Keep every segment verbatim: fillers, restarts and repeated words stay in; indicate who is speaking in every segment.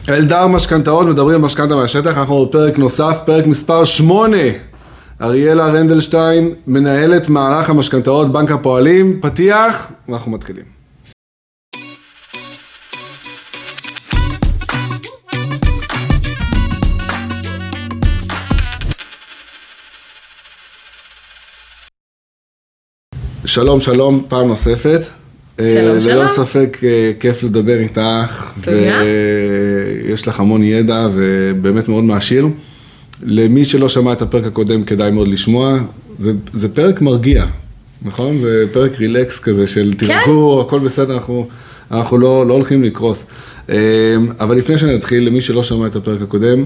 Speaker 1: אלדר משכנתאות, מדברים על משכנתה מהשטח, אנחנו בפרק נוסף, פרק מספר שמונה. אריאלה רנדלשטיין, מנהלת מערך המשכנתאות בנק הפועלים, פתיח, ואנחנו מתחילים. שלום שלום, פעם נוספת.
Speaker 2: שלום, שלום.
Speaker 1: ללא ספק כיף לדבר איתך, ויש לך המון ידע ובאמת מאוד מעשיר. למי שלא שמע את הפרק הקודם כדאי מאוד לשמוע, זה, זה פרק מרגיע, נכון? זה פרק רילקס כזה של תרגעו, הכל בסדר, אנחנו, אנחנו לא, לא הולכים לקרוס. אבל לפני שנתחיל, למי שלא שמע את הפרק הקודם,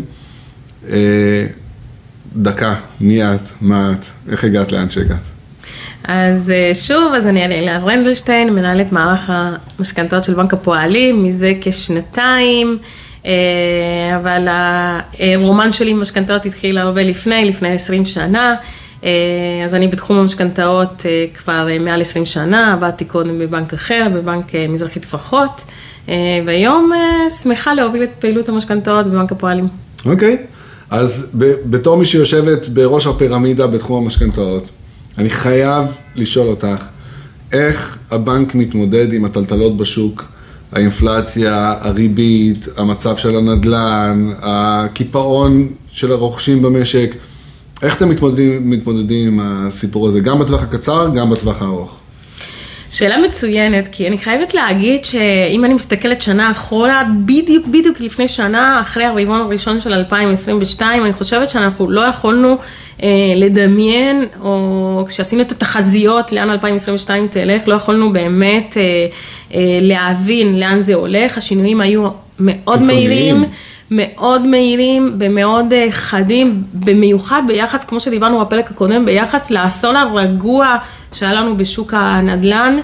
Speaker 1: דקה, מי את, מה את, איך הגעת לאן שהגעת?
Speaker 2: אז שוב, אז אני אריאלה רנדלשטיין, מנהלת מערך המשכנתאות של בנק הפועלים, מזה כשנתיים, אבל הרומן שלי עם משכנתאות התחיל הרבה לפני, לפני עשרים שנה, אז אני בתחום המשכנתאות כבר מעל עשרים שנה, עבדתי קודם בבנק אחר, בבנק מזרחי טפחות, והיום שמחה להוביל את פעילות המשכנתאות בבנק הפועלים.
Speaker 1: אוקיי, אז בתור מי שיושבת בראש הפירמידה בתחום המשכנתאות, אני חייב לשאול אותך, איך הבנק מתמודד עם הטלטלות בשוק, האינפלציה, הריבית, המצב של הנדל"ן, הקיפאון של הרוכשים במשק, איך אתם מתמודדים, מתמודדים עם הסיפור הזה, גם בטווח הקצר, גם בטווח הארוך?
Speaker 2: שאלה מצוינת, כי אני חייבת להגיד שאם אני מסתכלת שנה אחורה, בדיוק בדיוק לפני שנה, אחרי הרבעון הראשון של אלפיים עשרים ושתיים, אני חושבת שאנחנו לא יכולנו אה, לדמיין, או כשעשינו את התחזיות לאן אלפיים עשרים ושתיים תלך, לא יכולנו באמת אה, אה, להבין לאן זה הולך, השינויים היו מאוד מהירים, מאוד מהירים ומאוד חדים, במיוחד ביחס, כמו שדיברנו בפרק הקודם, ביחס לאסון הרגוע שהיה לנו בשוק הנדל"ן,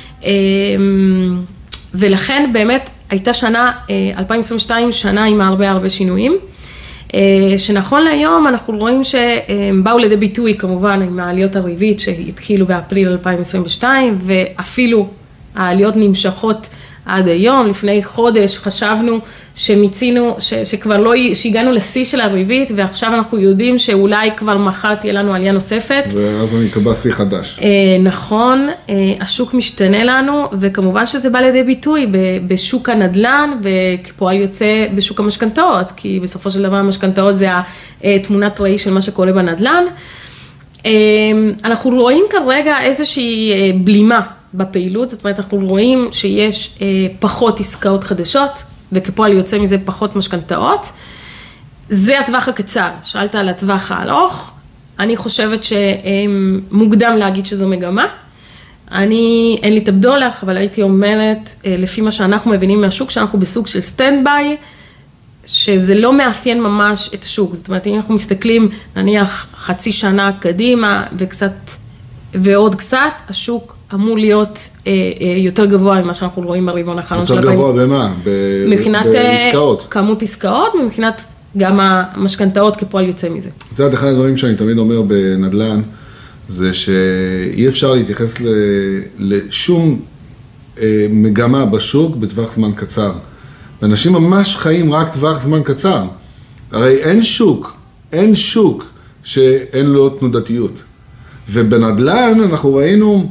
Speaker 2: ולכן באמת הייתה שנה, אלפיים עשרים ושתיים, שנה עם הרבה הרבה שינויים, שנכון להיום אנחנו רואים שהם באו לידי ביטוי כמובן עם העליות הריבית שהתחילו באפריל אלפיים עשרים ושתיים, ואפילו העליות נמשכות עד היום. לפני חודש חשבנו שמיצינו, ש, שכבר לא, שהגענו לשיא של הריבית, ועכשיו אנחנו יודעים שאולי כבר מחר תהיה לנו עלייה נוספת.
Speaker 1: ואז אני אקבע שיא חדש.
Speaker 2: אה, נכון, אה, השוק משתנה לנו, וכמובן שזה בא לידי ביטוי בשוק הנדל"ן, וכפועל יוצא בשוק המשכנתאות, כי בסופו של דבר המשכנתאות זה התמונת ראי של מה שקורה בנדל"ן. אה, אנחנו רואים כרגע איזושהי בלימה בפעילות, זאת אומרת, אנחנו רואים שיש אה, פחות עסקאות חדשות, וכפועל יוצא מזה פחות משכנתאות. זה הטווח הקצר. שאלת על הטווח הארוך. אני חושבת שמוקדם להגיד שזו מגמה. אני, אין לי את הבדולח, אבל הייתי אומרת, לפי מה שאנחנו מבינים מהשוק, שאנחנו בסוג של סטנד-ביי, שזה לא מאפיין ממש את השוק. זאת אומרת, אם אנחנו מסתכלים, נניח חצי שנה קדימה, וקצת, ועוד קצת, השוק אמור להיות אה, אה, יותר גבוה ממה שאנחנו רואים ברבעון האחרון של
Speaker 1: יותר גבוה במה? ב-
Speaker 2: מבחינת
Speaker 1: בעסקאות?
Speaker 2: כמות עסקאות, מבחינת גם המשכנתאות כפועל יוצא מזה.
Speaker 1: את יודעת, אחד הדברים שאני תמיד אומר בנדל"ן, זה שאי אפשר להתייחס ל- לשום אה, מגמה בשוק בטווח זמן קצר. ואנשים ממש חיים רק טווח זמן קצר. הרי אין שוק, אין שוק שאין לו תנודתיות. ובנדל"ן אנחנו ראינו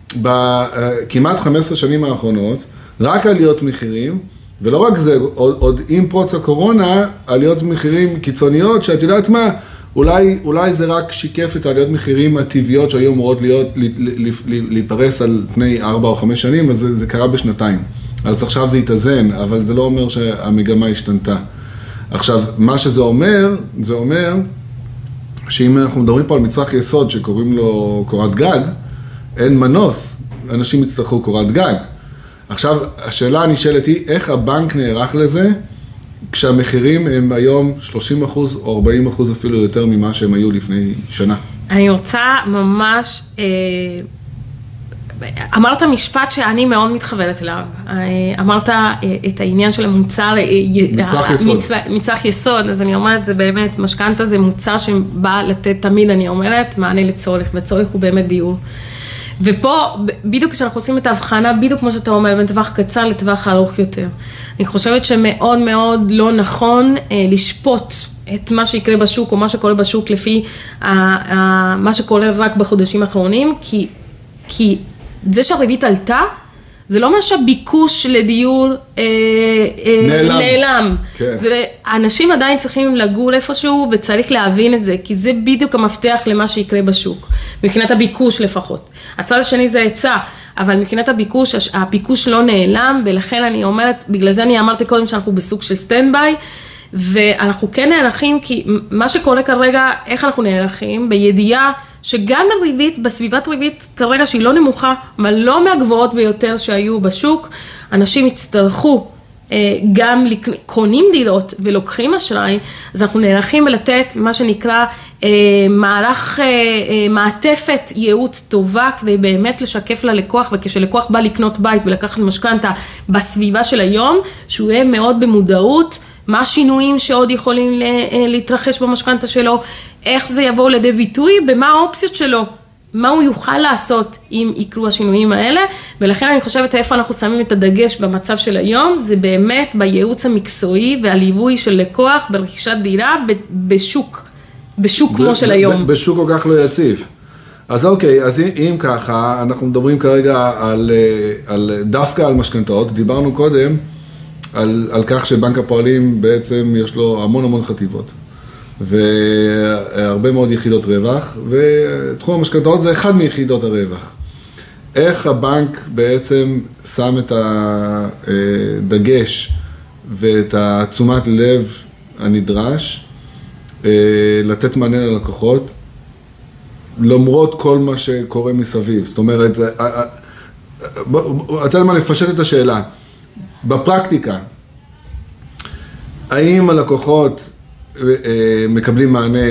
Speaker 1: בכמעט חמש עשרה שנים האחרונות, רק עליות מחירים, ולא רק זה, עוד, עוד עם פרוץ הקורונה, עליות מחירים קיצוניות, שאת יודעת מה, אולי, אולי זה רק שיקף את העליות מחירים הטבעיות שהיו אמורות להיות, להיפרס על פני ארבע או חמש שנים, אז זה, זה קרה בשנתיים. אז עכשיו זה יתאזן, אבל זה לא אומר שהמגמה השתנתה. עכשיו, מה שזה אומר, זה אומר שאם אנחנו מדברים פה על מצרך יסוד שקוראים לו קורת גג, אין מנוס, אנשים יצטרכו קורת גג. עכשיו, השאלה הנשאלת היא, איך הבנק נערך לזה, כשהמחירים הם היום שלושים אחוז או ארבעים אחוז אפילו יותר ממה שהם היו לפני שנה?
Speaker 2: אני רוצה ממש, אמרת משפט שאני מאוד מתחברת אליו, אמרת את העניין של המוצר,
Speaker 1: מצרך יסוד.
Speaker 2: מצרך יסוד, אז אני אומרת, זה באמת, משכנתא זה מוצר שבא לתת תמיד, אני אומרת, מענה לצורך, והצורך הוא באמת דיור. ופה, בדיוק כשאנחנו עושים את ההבחנה, בדיוק כמו שאתה אומר, בין טווח קצר לטווח ארוך יותר. אני חושבת שמאוד מאוד לא נכון לשפוט את מה שיקרה בשוק או מה שקורה בשוק לפי מה שקורה רק בחודשים האחרונים, כי, כי זה שהריבית עלתה, זה לא אומר שהביקוש לדיור אה, נעלם. נעלם. כן. זה, אנשים עדיין צריכים לגור איפשהו וצריך להבין את זה, כי זה בדיוק המפתח למה שיקרה בשוק, מבחינת הביקוש לפחות. הצד השני זה היצע, אבל מבחינת הביקוש, הביקוש לא נעלם, ולכן אני אומרת, בגלל זה אני אמרתי קודם שאנחנו בסוג של סטנד-ביי, ואנחנו כן נערכים, כי מה שקורה כרגע, איך אנחנו נערכים? בידיעה שגם הריבית, בסביבת ריבית כרגע שהיא לא נמוכה, אבל לא מהגבוהות ביותר שהיו בשוק, אנשים יצטרכו גם קונים דירות ולוקחים אשראי, אז אנחנו נערכים לתת מה שנקרא מערך, מעטפת ייעוץ טובה, כדי באמת לשקף ללקוח, וכשלקוח בא לקנות בית ולקחת משכנתה בסביבה של היום, שהוא יהיה מאוד במודעות, מה השינויים שעוד יכולים להתרחש במשכנתה שלו, איך זה יבוא לידי ביטוי, במה האופציות שלו, מה הוא יוכל לעשות אם יקרו השינויים האלה, ולכן אני חושבת איפה אנחנו שמים את הדגש במצב של היום, זה באמת בייעוץ המקצועי והליווי של לקוח ברכישת דירה בשוק, בשוק כמו של היום.
Speaker 1: בשוק כל כך לא יציב. אז אוקיי, אז אם ככה, אנחנו מדברים כרגע על, על, דווקא על משכנתאות, דיברנו קודם, על, על כך שבנק הפועלים בעצם יש לו המון המון חטיבות, והרבה מאוד יחידות רווח, ותחום המשכנתאות זה אחד מיחידות הרווח. איך הבנק בעצם שם את הדגש ואת התשומת לב הנדרש, לתת מענה ללקוחות, למרות כל מה שקורה מסביב. זאת אומרת, אתה יודע מה, לפשט את השאלה. בפרקטיקה, האם הלקוחות מקבלים מענה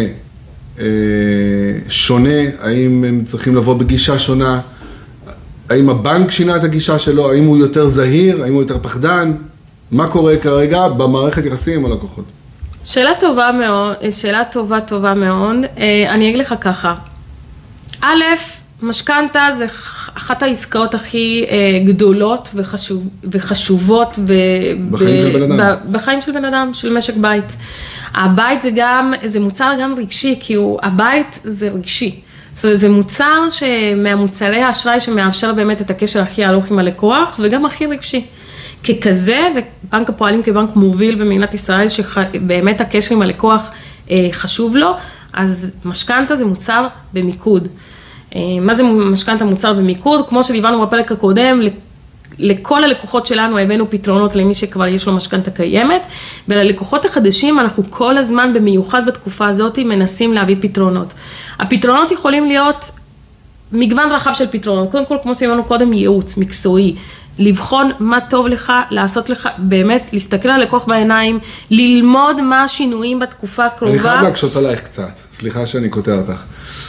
Speaker 1: שונה? האם הם צריכים לבוא בגישה שונה? האם הבנק שינה את הגישה שלו? האם הוא יותר זהיר? האם הוא יותר פחדן? מה קורה כרגע במערכת יחסים עם הלקוחות?
Speaker 2: שאלה טובה מאוד, שאלה טובה טובה מאוד. אני אגיד לך ככה. א', משכנתה זה אחת העסקאות הכי גדולות וחשוב, וחשובות ב,
Speaker 1: בחיים ב, של בן אדם.
Speaker 2: ב, בחיים של בן אדם, של משק בית. הבית זה גם, זה מוצר גם רגשי, כי הוא, הבית זה רגשי. זאת אומרת, זה מוצר שמהמוצרי האשראי שמאפשר באמת את הקשר הכי ארוך עם הלקוח, וגם הכי רגשי. ככזה, ובנק הפועלים כבנק מוביל במדינת ישראל, שבאמת הקשר עם הלקוח חשוב לו, אז משכנתה זה מוצר במיקוד. מה זה משכנתה מוצר במיקוד? כמו שדיברנו בפרק הקודם, לכל הלקוחות שלנו הבאנו פתרונות למי שכבר יש לו משכנתה קיימת, וללקוחות החדשים אנחנו כל הזמן במיוחד בתקופה הזאת מנסים להביא פתרונות. הפתרונות יכולים להיות מגוון רחב של פתרונות, קודם כל כמו שאמרנו קודם ייעוץ מקצועי, לבחון מה טוב לך, לעשות לך, באמת להסתכל על הלקוח בעיניים, ללמוד מה השינויים בתקופה הקרובה.
Speaker 1: אני חייב להקשות עלייך קצת, סליחה שאני קוטע אותך.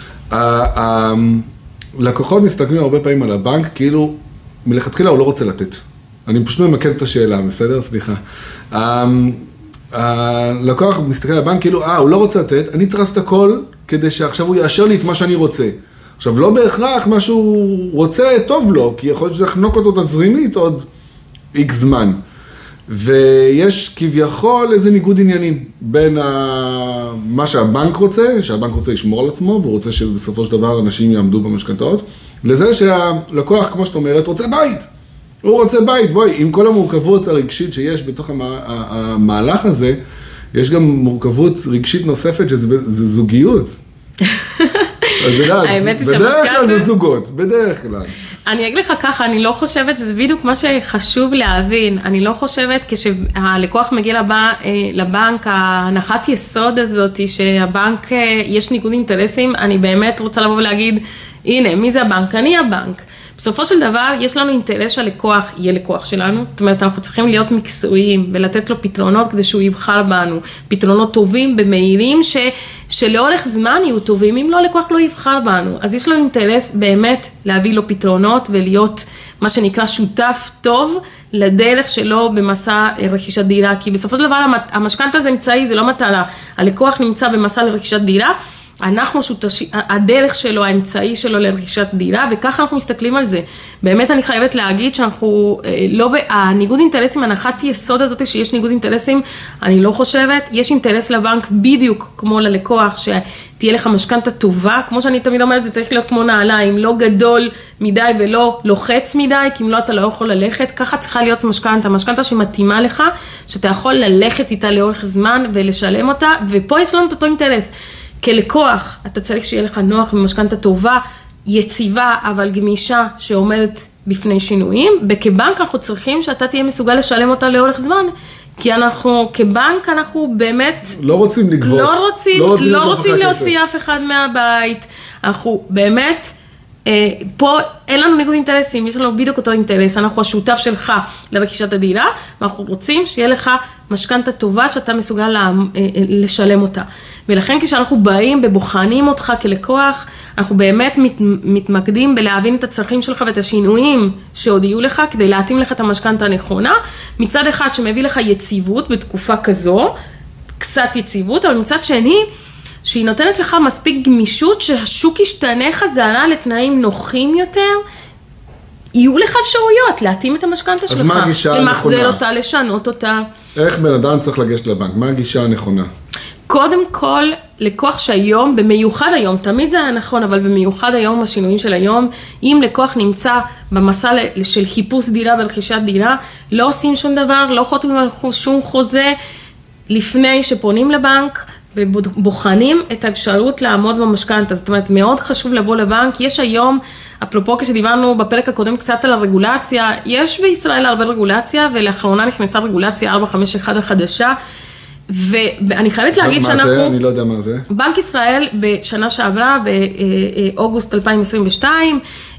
Speaker 1: הלקוחות מסתכלים הרבה פעמים על הבנק, כאילו מלכתחילה הוא לא רוצה לתת. אני פשוט ממקד את השאלה, בסדר? סליחה. הלקוח מסתכל על הבנק, כאילו, אה, הוא לא רוצה לתת, אני צריך לעשות הכל כדי שעכשיו הוא יאשר לי את מה שאני רוצה. עכשיו, לא בהכרח מה שהוא רוצה טוב לו, כי יכול להיות שזה יחנוק אותו תזרימית עוד איקס זמן. ויש כביכול איזה ניגוד עניינים בין ה... מה שהבנק רוצה, שהבנק רוצה לשמור על עצמו, והוא רוצה שבסופו של דבר אנשים יעמדו במשכנתאות, לזה שהלקוח, כמו שאת אומרת, רוצה בית. הוא רוצה בית, בואי, עם כל המורכבות הרגשית שיש בתוך המהלך הזה, יש גם מורכבות רגשית נוספת שזה זוגיות. בדרך כלל זה זוגות, בדרך כלל.
Speaker 2: אני אגיד לך ככה, אני לא חושבת שזה בדיוק מה שחשוב להבין, אני לא חושבת כשהלקוח מגיע לבנק, ההנחת יסוד הזאת שהבנק יש ניגוד אינטרסים, אני באמת רוצה לבוא ולהגיד, הנה, מי זה הבנק? אני הבנק. בסופו של דבר, יש לנו אינטרס שהלקוח יהיה לקוח שלנו, זאת אומרת, אנחנו צריכים להיות מקצועיים ולתת לו פתרונות כדי שהוא יבחר בנו, פתרונות טובים במהירים ש, שלאורך זמן יהיו טובים, אם לא, לקוח לא יבחר בנו. אז יש לנו אינטרס באמת להביא לו פתרונות ולהיות מה שנקרא שותף טוב לדרך שלו במסע רכישת דירה, כי בסופו של דבר המשכנתה זה אמצעי, זה לא מטרה. הלקוח נמצא במסע לרכישת דירה, אנחנו שותש... הדרך שלו, האמצעי שלו לרכישת דירה, וככה אנחנו מסתכלים על זה. באמת אני חייבת להגיד שאנחנו, לא, הניגוד אינטרסים, הנחת יסוד הזאת שיש ניגוד אינטרסים, אני לא חושבת, יש אינטרס לבנק בדיוק כמו ללקוח, שתהיה לך משכנתא טובה, כמו שאני תמיד אומרת, זה צריך להיות כמו נעליים, לא גדול מדי ולא לוחץ מדי, כי אם לא אתה לא יכול ללכת, ככה צריכה להיות משכנתא, משכנתא שמתאימה לך, שאתה יכול ללכת איתה לאורך זמן ולשלם אותה, ופה יש לנו את אותו אינטרס. כלקוח, אתה צריך שיהיה לך נוח ומשכנתא טובה, יציבה, אבל גמישה שעומדת בפני שינויים, וכבנק אנחנו צריכים שאתה תהיה מסוגל לשלם אותה לאורך זמן, כי אנחנו, כבנק אנחנו באמת...
Speaker 1: לא רוצים לגבות.
Speaker 2: לא רוצים, לא רוצים, לא רוצים להוציא אף אחד מהבית, אנחנו באמת... פה אין לנו ניגוד אינטרסים, יש לנו בדיוק אותו אינטרס, אנחנו השותף שלך לרכישת הדירה, ואנחנו רוצים שיהיה לך משכנתא טובה שאתה מסוגל לשלם אותה. ולכן כשאנחנו באים ובוחנים אותך כלקוח, אנחנו באמת מת, מתמקדים בלהבין את הצרכים שלך ואת השינויים שעוד יהיו לך, כדי להתאים לך את המשכנתא הנכונה, מצד אחד שמביא לך יציבות בתקופה כזו, קצת יציבות, אבל מצד שני, שהיא נותנת לך מספיק גמישות, שהשוק ישתנה חזרה לתנאים נוחים יותר, יהיו לך אפשרויות להתאים את המשכנתא שלך.
Speaker 1: אז מה הגישה הנכונה?
Speaker 2: למחזר אותה, לשנות אותה.
Speaker 1: איך בן אדם צריך לגשת לבנק? מה הגישה הנכונה?
Speaker 2: קודם כל, לקוח שהיום, במיוחד היום, תמיד זה היה נכון, אבל במיוחד היום, השינויים של היום, אם לקוח נמצא במסע של חיפוש דירה ורכישת דירה, לא עושים שום דבר, לא חותמים על שום חוזה, לפני שפונים לבנק, ובוחנים את האפשרות לעמוד במשכנתא. זאת אומרת, מאוד חשוב לבוא לבנק. יש היום, אפרופו כשדיברנו בפרק הקודם קצת על הרגולציה, יש בישראל הרבה רגולציה, ולאחרונה נכנסה רגולציה ארבע חמש אחת החדשה, ואני חייבת להגיד
Speaker 1: מה
Speaker 2: שאנחנו...
Speaker 1: מה זה? אני לא יודע מה זה.
Speaker 2: בנק ישראל בשנה שעברה, באוגוסט אלפיים עשרים ושתיים,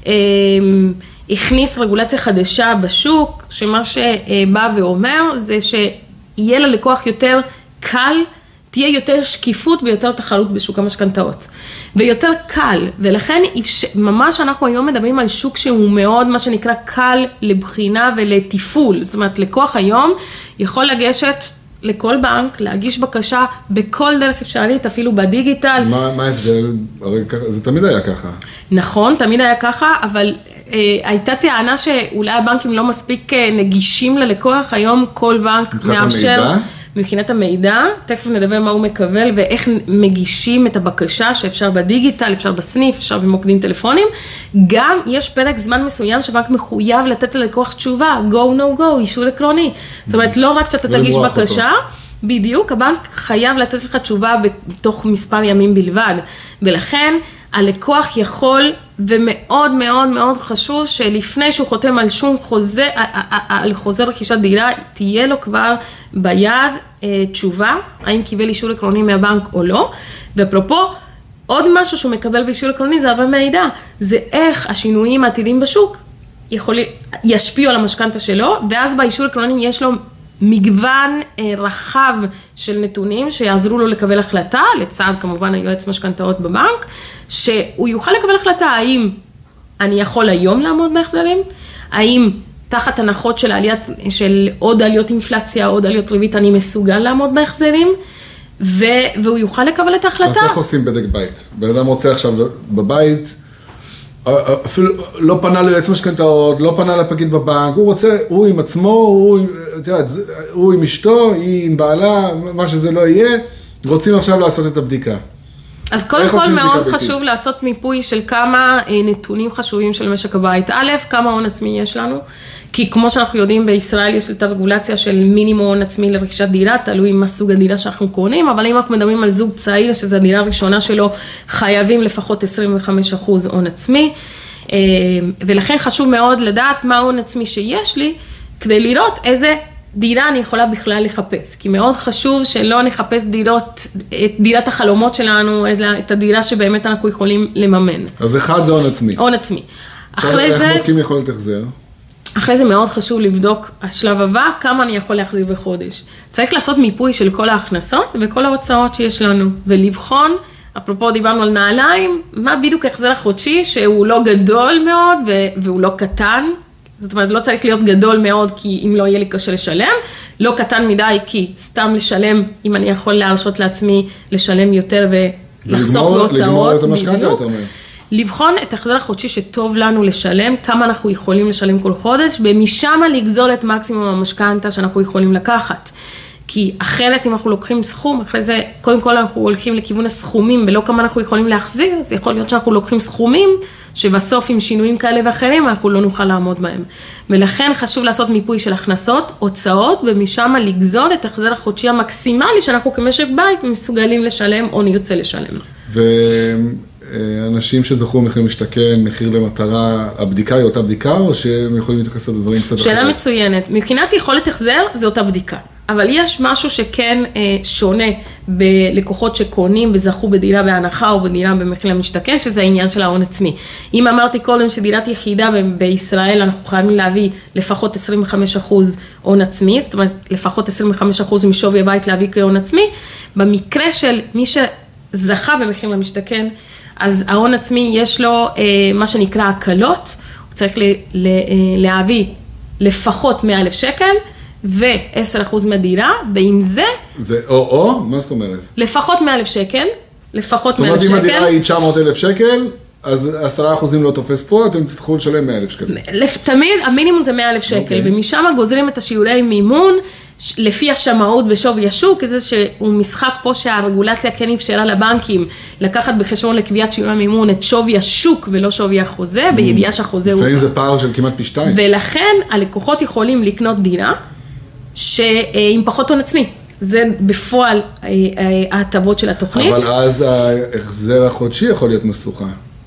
Speaker 2: הכניס רגולציה חדשה בשוק, שמה שבא ואומר זה שיהיה ללקוח יותר קל, תהיה יותר שקיפות ויותר תחרות בשוק המשכנתאות. ויותר קל, ולכן ממש אנחנו היום מדברים על שוק שהוא מאוד מה שנקרא קל לבחינה ולטיפול. זאת אומרת, לקוח היום יכול לגשת לכל בנק, להגיש בקשה בכל דרך אפשרית, אפילו בדיגיטל.
Speaker 1: מה, מה ההבדל? הרי זה תמיד היה ככה.
Speaker 2: נכון, תמיד היה ככה, אבל אה, הייתה טענה שאולי הבנקים לא מספיק אה, נגישים ללקוח, היום כל בנק מאפשר...
Speaker 1: המידע?
Speaker 2: מבחינת המידע, תכף נדבר מה הוא מקבל ואיך מגישים את הבקשה שאפשר בדיגיטל, אפשר בסניף, אפשר במוקדים טלפונים. גם יש פרק זמן מסוים שבנק מחויב לתת ללקוח תשובה, go no go, אישור עקרוני. זאת אומרת, לא רק שאתה תגיש בקשה, בדיוק, הבנק חייב לתת לך תשובה בתוך מספר ימים בלבד. ולכן הלקוח יכול, ומאוד מאוד מאוד חשוב, שלפני שהוא חותם על שום חוזה, על חוזה רכישת דירה, תהיה לו כבר ביד תשובה, האם קיבל אישור עקרוני מהבנק או לא. ואפרופו, עוד משהו שהוא מקבל באישור עקרוני, זה הרבה מידע. זה איך השינויים העתידים בשוק יכול, ישפיעו על המשכנתא שלו, ואז באישור עקרוני יש לו מגוון רחב של נתונים שיעזרו לו לקבל החלטה, לצד כמובן היועץ משכנתאות בבנק, שהוא יוכל לקבל החלטה האם אני יכול היום לעמוד בהחזרים, האם תחת הנחות של עליית, של עוד עליות אינפלציה, עוד עליות ריבית, אני מסוגל לעמוד בהחזרים, ו, והוא יוכל לקבל את ההחלטה.
Speaker 1: אז איך עושים בדק בית? בן אדם רוצה עכשיו בבית, אפילו לא פנה ליועץ משכנתאות, לא פנה לפקיד בבנק, הוא רוצה, הוא עם עצמו, הוא, תראה, הוא עם אשתו, היא עם בעלה, מה שזה לא יהיה, רוצים עכשיו לעשות את הבדיקה.
Speaker 2: אז קודם כל מאוד חשוב לעשות מיפוי של כמה נתונים חשובים של משק הבית. א', כמה הון עצמי יש לנו, כי כמו שאנחנו יודעים בישראל יש את הרגולציה של מינימום הון עצמי לרכישת דירה, תלוי מה סוג הדירה שאנחנו קונים, אבל אם אנחנו מדברים על זוג צעיר שזו הדירה הראשונה שלו, חייבים לפחות עשרים וחמישה אחוז הון עצמי, ולכן חשוב מאוד לדעת מה הון עצמי שיש לי, כדי לראות איזה דירה אני יכולה בכלל לחפש, כי מאוד חשוב שלא נחפש דירות, את דירת החלומות שלנו, את הדירה שבאמת אנחנו יכולים לממן.
Speaker 1: אז אחד זה הון עצמי.
Speaker 2: הון עצמי. אחרי זה...
Speaker 1: איך בודקים יכולת החזר?
Speaker 2: אחרי זה מאוד חשוב לבדוק השלב הבא, כמה אני יכול להחזיר בחודש. צריך לעשות מיפוי של כל ההכנסות וכל ההוצאות שיש לנו, ולבחון, אפרופו דיברנו על נעליים, מה בדיוק ההחזר החודשי, שהוא לא גדול מאוד והוא לא קטן, זאת אומרת, לא צריך להיות גדול מאוד, כי אם לא יהיה לי קשה לשלם, לא קטן מדי, כי סתם לשלם, אם אני יכול להרשות לעצמי לשלם יותר לחסוך בהוצאות,
Speaker 1: לגמור את המשכנתה יותר מהר.
Speaker 2: לבחון את החזר החודשי שטוב לנו לשלם, כמה אנחנו יכולים לשלם כל חודש, ומשם לגזול את מקסימום המשכנתה שאנחנו יכולים לקחת. כי אחרת אם אנחנו לוקחים סכום, אחרי זה קודם כל אנחנו הולכים לכיוון הסכומים ולא כמה אנחנו יכולים להחזיר, אז יכול להיות שאנחנו לוקחים סכומים שבסוף עם שינויים כאלה ואחרים אנחנו לא נוכל לעמוד בהם. ולכן חשוב לעשות מיפוי של הכנסות, הוצאות, ומשם לגזול את החזר החודשי המקסימלי שאנחנו כמשק בית מסוגלים לשלם או נרצה לשלם.
Speaker 1: ואנשים שזכו מחיר משתכן, מחיר למטרה, הבדיקה היא אותה בדיקה או שהם יכולים להתייחס לדברים קצת אחרים?
Speaker 2: שאלה מצוינת. מבחינת יכולת החזר זה אותה בדיקה. אבל יש משהו שכן אה, שונה בלקוחות שקונים וזכו בדירה בהנחה או בדירה במחיר למשתכן, שזה העניין של ההון עצמי. אם אמרתי קודם שדירת יחידה ב- בישראל אנחנו חייבים להביא לפחות עשרים וחמישה אחוז הון עצמי, זאת אומרת לפחות עשרים וחמישה אחוז משווי הבית להביא כהון עצמי, במקרה של מי שזכה במחיר למשתכן, אז ההון עצמי יש לו אה, מה שנקרא הקלות, הוא צריך ל- ל- אה, להביא לפחות מאה אלף שקל, ו-עשרה אחוז מהדירה, ועם זה...
Speaker 1: זה או-או? מה זאת אומרת?
Speaker 2: לפחות מאה אלף שקל, לפחות מאה אלף שקל.
Speaker 1: זאת אומרת, אם הדירה היא תשע מאות אלף שקל, אז עשרה אחוזים לא תופס פה, אתם תצטרכו לשלם מאה אלף שקל.
Speaker 2: תמיד, המינימום זה מאה אלף שקל, ומשם גוזרים את השיעורי מימון, לפי השמאות בשווי השוק, זה שהוא משחק פה שהרגולציה כן אפשרה לבנקים, לקחת בחשבון לקביעת שיעורי מימון את שווי השוק ולא שווי החוזה, בידיעה שהחוזה הוא...
Speaker 1: לפעמים זה פער של כמעט פי שתיים.
Speaker 2: ולכן הלקוחות יכולים לקנות דירה, שעם פחות הון עצמי. זה בפועל ההטבות של התוכנית.
Speaker 1: אבל אז ההחזר החודשי יכול להיות מסוכה.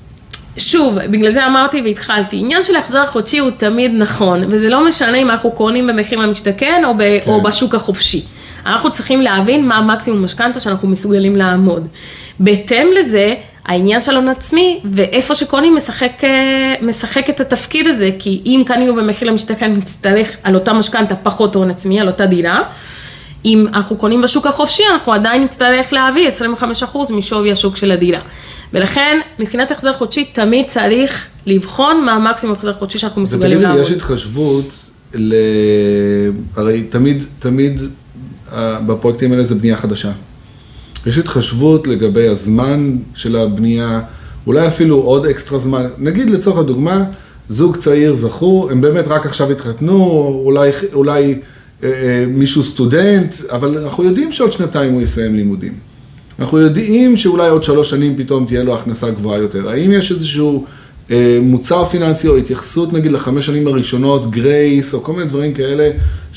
Speaker 2: שוב, בגלל זה אמרתי והתחלתי, עניין של ההחזר החודשי הוא תמיד נכון, וזה לא משנה אם אנחנו קונים במחיר למשתכן או, ב- כן. או בשוק החופשי. אנחנו צריכים להבין מה המקסימום משכנתה שאנחנו מסוגלים לעמוד. בהתאם לזה, העניין של הון עצמי, ואיפה שקונים משחק, משחק את התפקיד הזה, כי אם קנינו במחיר למשתכן, נצטרך על אותה משכנתה פחות הון עצמי, על אותה דירה. אם אנחנו קונים בשוק החופשי, אנחנו עדיין נצטרך להביא עשרים וחמישה אחוז משווי השוק של הדירה. ולכן, מבחינת החזר חודשי, תמיד צריך לבחון מה המקסימום החזר חודשי שאנחנו מסוגלים לעבוד.
Speaker 1: ותגידי, יש התחשבות, ל... הרי תמיד, תמיד בפרויקטים האלה זה בנייה חדשה. יש התחשבות לגבי הזמן של הבנייה, אולי אפילו עוד אקסטרה זמן. נגיד לצורך הדוגמה, זוג צעיר זכו, הם באמת רק עכשיו התחתנו, אולי, אולי אה, מישהו סטודנט, אבל אנחנו יודעים שעוד שנתיים הוא יסיים לימודים. אנחנו יודעים שאולי עוד שלוש שנים פתאום תהיה לו הכנסה גבוהה יותר. האם יש איזשהו אה, מוצר פיננסי או התייחסות נגיד לחמש שנים הראשונות, גרייס או כל מיני דברים כאלה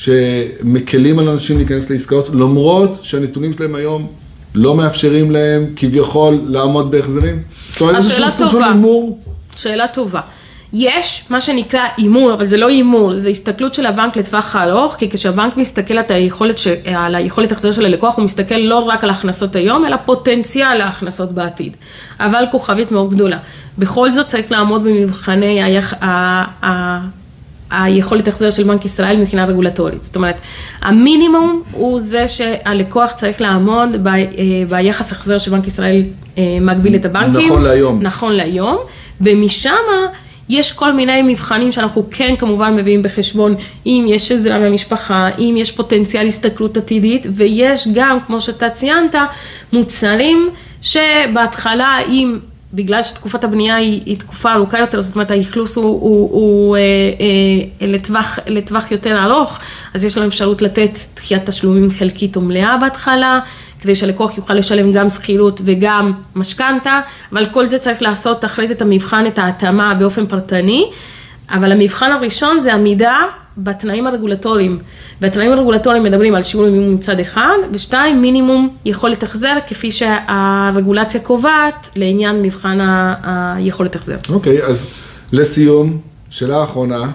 Speaker 1: שמקלים על אנשים להיכנס לעסקאות, למרות שהנתונים שלהם היום לא מאפשרים להם כביכול לעמוד בהחזרים? זאת אומרת, איזשהו סוג של אימור?
Speaker 2: שאלה טובה. יש מה שנקרא אימור, אבל זה לא אימור, זה הסתכלות של הבנק לטווח הארוך, כי כשהבנק מסתכל על היכולת, ש... על היכולת החזר של הלקוח, הוא מסתכל לא רק על ההכנסות היום, אלא פוטנציאל ההכנסות בעתיד. אבל כוכבית מאוד גדולה. בכל זאת צריך לעמוד במבחני היח... ה... ה... היכולת החזר של בנק ישראל מבחינה רגולטורית. זאת אומרת, המינימום הוא זה שהלקוח צריך לעמוד ב... ביחס החזר שבנק ישראל מגביל את הבנקים.
Speaker 1: נכון להיום.
Speaker 2: נכון להיום, ומשם יש כל מיני מבחנים שאנחנו כן כמובן מביאים בחשבון, אם יש עזרה מהמשפחה, אם יש פוטנציאל הסתכלות עתידית, ויש גם, כמו שאתה ציינת, מוצרים שבהתחלה, אם בגלל שתקופת הבנייה היא, היא תקופה ארוכה יותר, זאת אומרת, האכלוס הוא, הוא, הוא אה, אה, לטווח, לטווח יותר ארוך, אז יש לנו אפשרות לתת דחיית תשלומים חלקית או מלאה בהתחלה, כדי שהלקוח יוכל לשלם גם שכירות וגם משכנתה, אבל כל זה צריך לעשות אחרי זה את המבחן, את ההתאמה באופן פרטני, אבל המבחן הראשון זה עמידה בתנאים הרגולטוריים, והתנאים הרגולטוריים מדברים על שיעור מימון מצד אחד, ושתיים, מינימום יכולת החזר, כפי שהרגולציה קובעת לעניין מבחן היכולת החזר.
Speaker 1: אוקיי, okay, אז לסיום, שאלה האחרונה,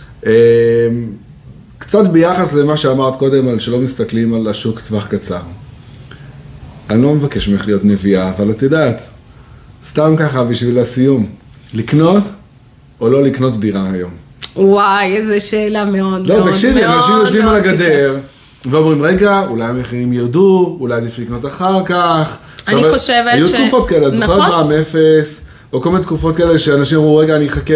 Speaker 1: קצת ביחס למה שאמרת קודם, על שלא מסתכלים על השוק טווח קצר. אני לא מבקש ממך להיות נביאה, אבל את יודעת, סתם ככה בשביל הסיום, לקנות או לא לקנות דירה היום?
Speaker 2: וואי, איזו שאלה מאוד
Speaker 1: לא, מאוד תקשיבי, מאוד אנשים יושבים על הגדר, ואומרים, רגע, אולי המחירים ירדו, אולי עדיף לקנות אחר כך.
Speaker 2: אני
Speaker 1: עכשיו,
Speaker 2: חושבת
Speaker 1: היו
Speaker 2: ש...
Speaker 1: תקופות כאלה, את זוכרת מע"מ אפס, או כל מיני תקופות כאלה שאנשים אמרו, רגע, אני אחכה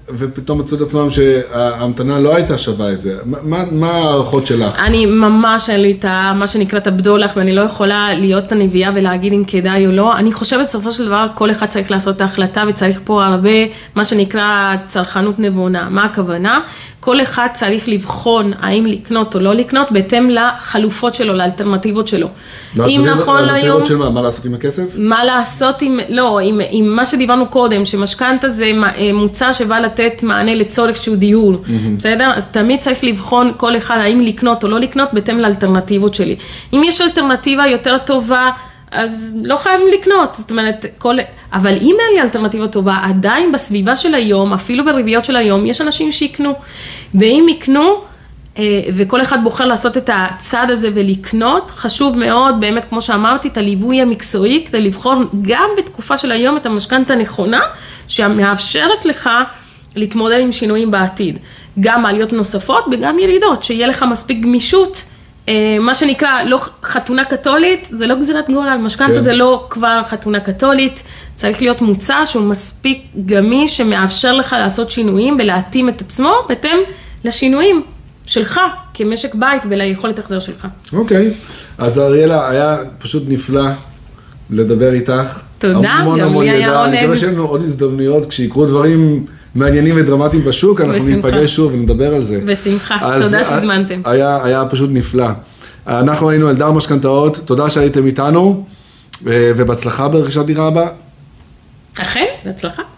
Speaker 1: ופתאום מצאו את עצמם שההמתנה לא הייתה שווה את זה. מה, מה הערכות שלך?
Speaker 2: אני ממש אין לי את מה שנקרא את הבדולח, ואני לא יכולה להיות הנביאה ולהגיד אם כדאי או לא. אני חושבת בסופו של דבר כל אחד צריך לעשות את ההחלטה, וצריך פה הרבה מה שנקרא צרכנות נבונה. מה הכוונה? כל אחד צריך לבחון האם לקנות או לא לקנות, בהתאם לחלופות שלו, לאלטרנטיבות שלו. אם נכון להיום...
Speaker 1: לאלטרנטיבות של מה? מה לעשות עם הכסף?
Speaker 2: מה לעשות עם... לא, עם, עם מה שדיברנו קודם, שמשכנתא זה מוצר שבא לתת מענה לצורך שהוא דיור, mm-hmm. בסדר? אז תמיד צריך לבחון כל אחד האם לקנות או לא לקנות, בהתאם לאלטרנטיבות שלי. אם יש אלטרנטיבה יותר טובה, אז לא חייבים לקנות, זאת אומרת, כל... אבל אם אין לי אלטרנטיבה טובה, עדיין בסביבה של היום, אפילו בריביות של היום, יש אנשים שיקנו, ואם יקנו, וכל אחד בוחר לעשות את הצעד הזה ולקנות, חשוב מאוד, באמת, כמו שאמרתי, את הליווי המקצועי, כדי לבחור גם בתקופה של היום את המשכנתא הנכונה, שמאפשרת לך להתמודד עם שינויים בעתיד, גם עליות נוספות וגם ירידות, שיהיה לך מספיק גמישות, מה שנקרא, לא חתונה קתולית, זה לא גזירת גורל, משכנתא זה לא כבר חתונה קתולית, צריך להיות מוצר שהוא מספיק גמיש, שמאפשר לך לעשות שינויים ולהתאים את עצמו, בהתאם לשינויים שלך, כמשק בית וליכולת החזר שלך.
Speaker 1: אוקיי, אז אריאלה, היה פשוט נפלא לדבר איתך.
Speaker 2: תודה, גם לי היה עונג.
Speaker 1: אני מקווה שיהיה לנו עוד הזדמנויות, כשיקרו דברים מעניינים ודרמטיים בשוק, אנחנו ניפגש שוב ונדבר על זה.
Speaker 2: בשמחה, תודה שהזמנתם.
Speaker 1: היה פשוט נפלא. אנחנו היינו אלדר משכנתאות, תודה שהייתם איתנו, ובהצלחה ברכישת דירה הבאה.
Speaker 2: אכן, בהצלחה.